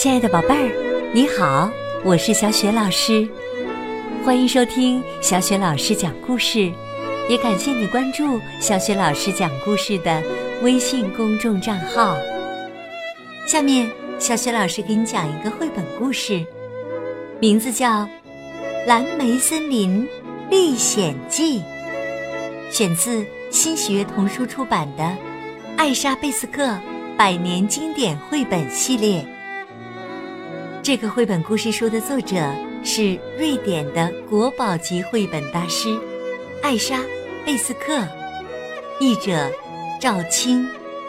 亲爱的宝贝儿，你好，我是小雪老师，欢迎收听小雪老师讲故事，也感谢你关注小雪老师讲故事的微信公众账号。下面小雪老师给你讲一个绘本故事，名字叫《蓝莓森林历险记》，选自新喜悦童书出版的艾莎贝斯克100年经典绘本系列。这个绘本故事书的作者是瑞典的国宝级绘本大师艾莎贝斯克，译者赵青。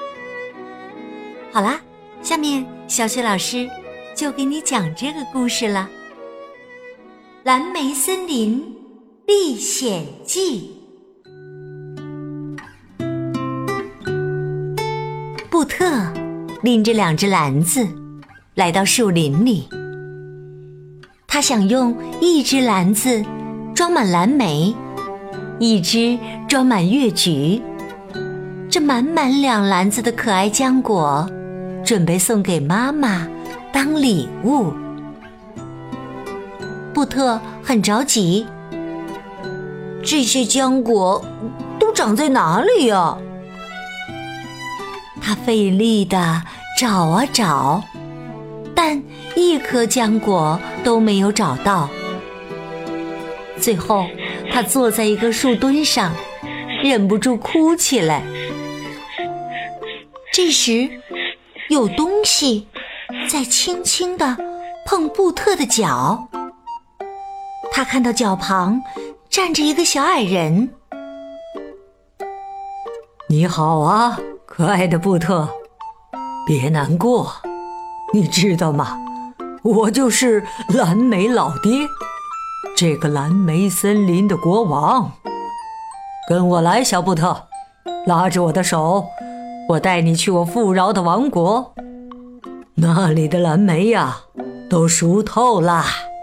好啦，下面小雪老师就给你讲这个故事了，《蓝莓森林历险记》。布特拎着2只篮子来到树林里，他想用1只篮子装满蓝莓，1只装满月菊，这满满2篮子的可爱浆果，准备送给妈妈当礼物。布特很着急，这些浆果都长在哪里呀？他费力地找啊找，但1颗浆果都没有找到。最后他坐在一个树墩上，忍不住哭起来。这时有东西在轻轻地碰布特的脚，他看到脚旁站着一个小矮人。 你好啊，可爱的布特，别难过，你知道吗？我就是蓝莓老爹，这个蓝莓森林的国王。跟我来，小布特，拉着我的手，我带你去我富饶的王国。那里的蓝莓呀，都熟透啦。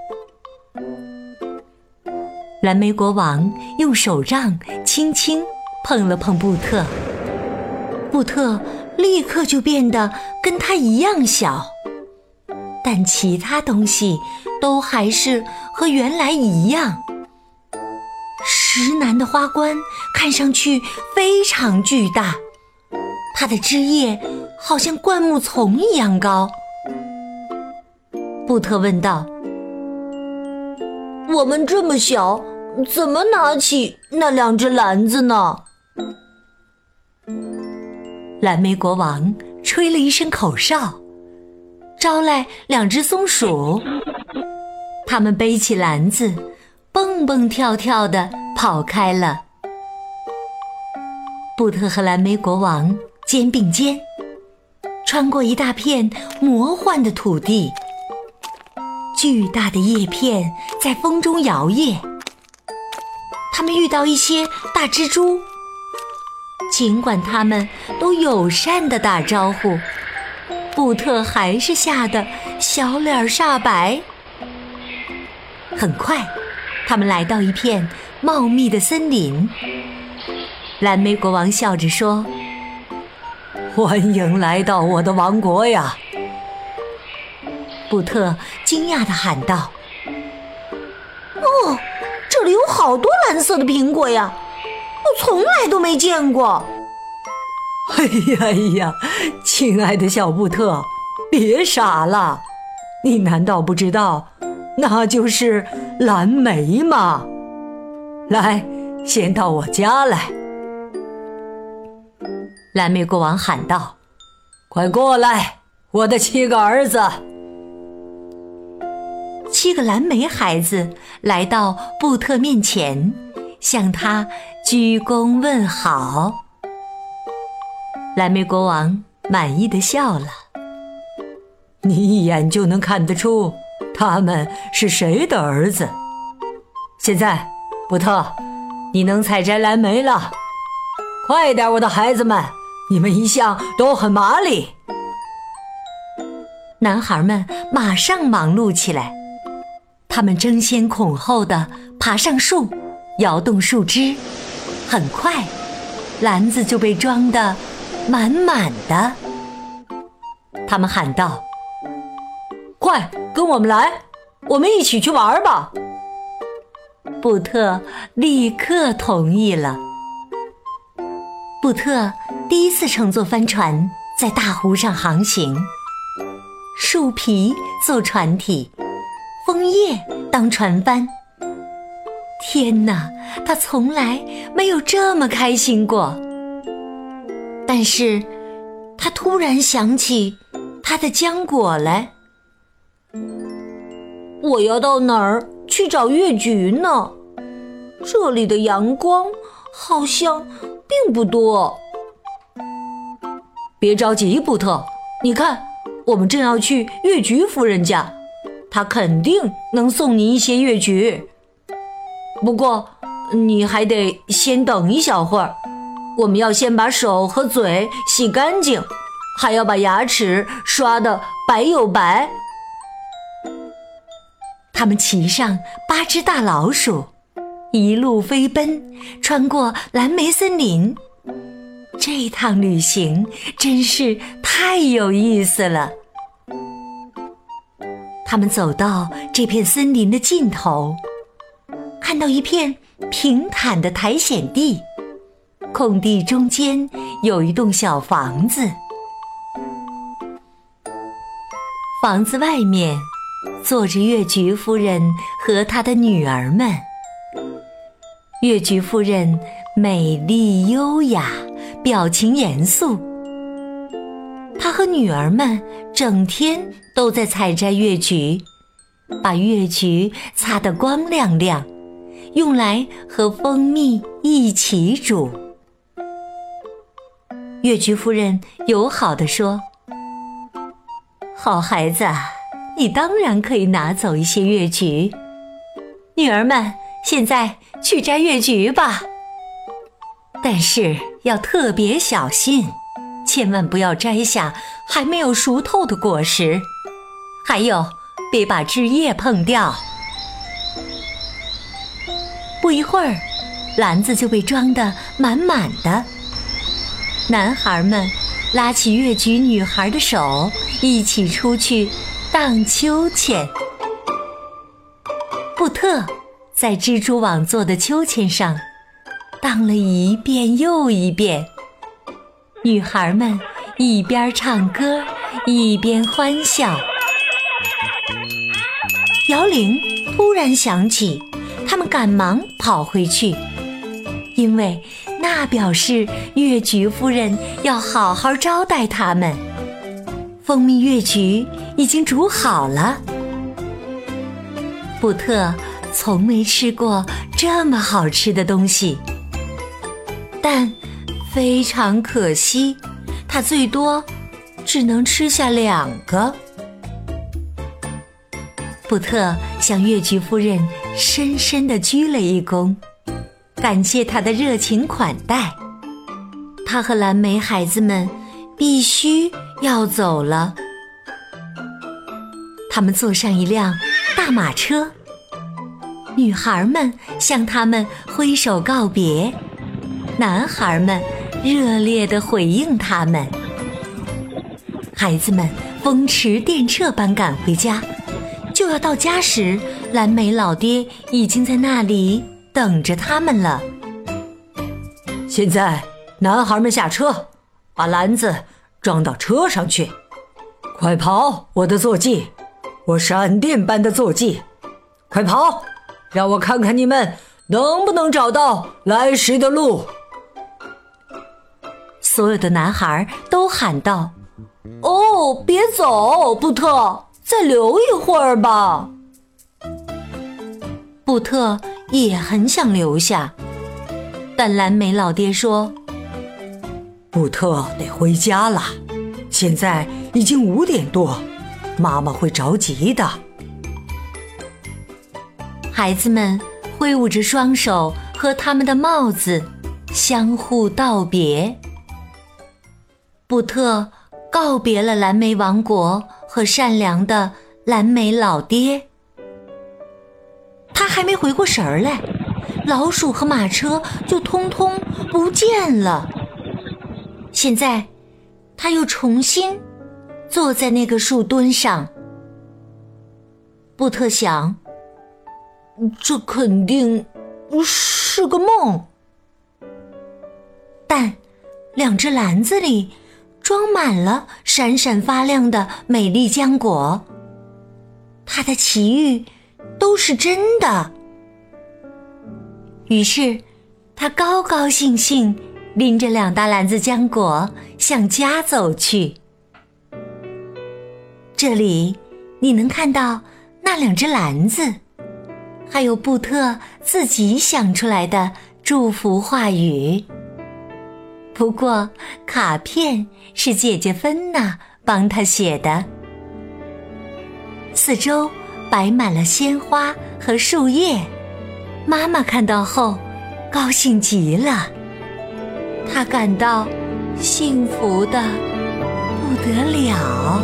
蓝莓国王用手杖轻轻碰了碰布特，布特立刻就变得跟他一样小，但其他东西都还是和原来一样。石楠的花冠看上去非常巨大，它的枝叶好像灌木丛一样高。布特问道：我们这么小，怎么拿起那2只篮子呢？蓝莓国王吹了一声口哨，招来2只松鼠，他们背起篮子，蹦蹦跳跳地跑开了。布特和蓝莓国王肩并肩，穿过一大片魔幻的土地，巨大的叶片在风中摇曳。他们遇到一些大蜘蛛，尽管他们都友善地打招呼，布特还是吓得小脸煞白。很快，他们来到一片茂密的森林。蓝莓国王笑着说： 欢迎来到我的王国呀！ 布特惊讶地喊道：哦，这里有好多蓝色的苹果呀，我从来都没见过。 哎呀，亲爱的小布特，别傻了，你难道不知道那就是蓝莓吗？来，先到我家来。 蓝莓国王喊道： 快过来，我的7个儿子。 7个蓝莓孩子来到布特面前，向他鞠躬问好。蓝莓国王满意地笑了： 你一眼就能看得出他们是谁的儿子。现在，布特，你能采摘蓝莓了。快点，我的孩子们，你们一向都很麻利。 男孩们马上忙碌起来，他们争先恐后地爬上树，摇动树枝，很快，篮子就被装得满满的。他们喊道： 快跟我们来，我们一起去玩吧。 布特立刻同意了。布特第一次乘坐帆船在大湖上航行，树皮做船体，枫叶当船帆。天哪，他从来没有这么开心过。但是他突然想起他的浆果来。我要到哪儿去找月菊呢？这里的阳光好像并不多。 别着急，布特，你看，我们正要去月菊夫人家，她肯定能送你一些月菊。不过，你还得先等一小会儿，我们要先把手和嘴洗干净，还要把牙齿刷得白又白。 他们骑上8只大老鼠，一路飞奔，穿过蓝莓森林。这趟旅行真是太有意思了。他们走到这片森林的尽头，看到一片平坦的苔藓地，空地中间有一栋小房子。房子外面坐着月菊夫人和她的女儿们。月菊夫人美丽优雅，表情严肃。她和女儿们整天都在采摘月菊，把月菊擦得光亮亮，用来和蜂蜜一起煮。月菊夫人友好地说：好孩子，你当然可以拿走一些月菊。女儿们，现在去摘月菊吧。但是要特别小心，千万不要摘下还没有熟透的果实，还有别把枝叶碰掉。不一会儿，篮子就被装得满满的。男孩们拉起月菊女孩的手，一起出去荡秋千。布特在蜘蛛网做的秋千上荡了一遍又一遍，女孩们一边唱歌一边欢笑。摇铃突然响起，他们赶忙跑回去，因为那表示月菊夫人要好好招待他们。蜂蜜月菊已经煮好了。布特从没吃过这么好吃的东西，但非常可惜，他最多只能吃下2个。布特向月菊夫人深深地鞠了一躬，感谢她的热情款待。他和蓝莓孩子们必须要走了。他们坐上一辆大马车，女孩们向他们挥手告别，男孩们热烈地回应他们。孩子们风驰电掣般赶回家，就要到家时，蓝莓老爹已经在那里等着他们了。 现在男孩们下车，把篮子装到车上去。快跑，我的坐骑，我闪电般的坐骑，快跑，让我看看你们能不能找到来时的路。 所有的男孩都喊道：哦，别走，布特，再留一会儿吧。布特也很想留下，但蓝莓老爹说： 布特得回家了，现在已经5点多，妈妈会着急的。 孩子们挥舞着双手和他们的帽子相互道别。布特告别了蓝莓王国和善良的蓝莓老爹。他还没回过神儿来，老鼠和马车就通通不见了。现在他又重新坐在那个树墩上， 布特想，这肯定是个梦。但2只篮子里装满了闪闪发亮的美丽浆果，他的奇遇都是真的。于是他高高兴兴拎着2大篮子浆果向家走去。这里你能看到那2只篮子，还有布特自己想出来的祝福话语。不过卡片是姐姐芬娜帮他写的。四周摆满了鲜花和树叶，妈妈看到后高兴极了，她感到幸福的不得了。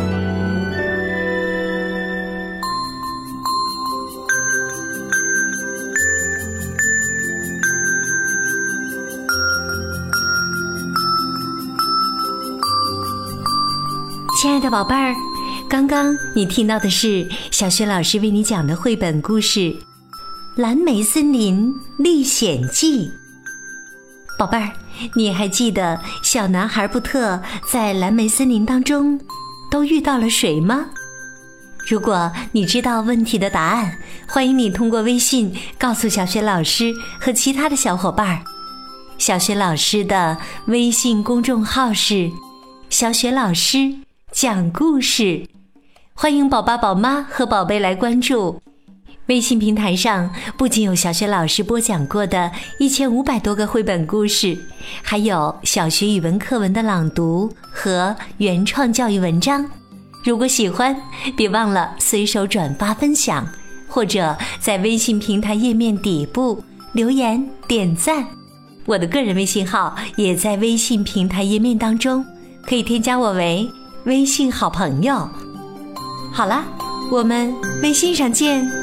亲爱的宝贝儿，刚刚你听到的是小雪老师为你讲的绘本故事《蓝莓森林历险记》。宝贝儿，你还记得小男孩布特在蓝莓森林当中都遇到了谁吗？如果你知道问题的答案，欢迎你通过微信告诉小雪老师和其他的小伙伴。小雪老师的微信公众号是小雪老师讲故事，欢迎宝爸宝妈和宝贝来关注。微信平台上不仅有小雪老师播讲过的1500多个绘本故事，还有小学语文课文的朗读和原创教育文章。如果喜欢，别忘了随手转发分享，或者在微信平台页面底部留言点赞。我的个人微信号也在微信平台页面当中，可以添加我为微信好朋友。好了，我们微信上见。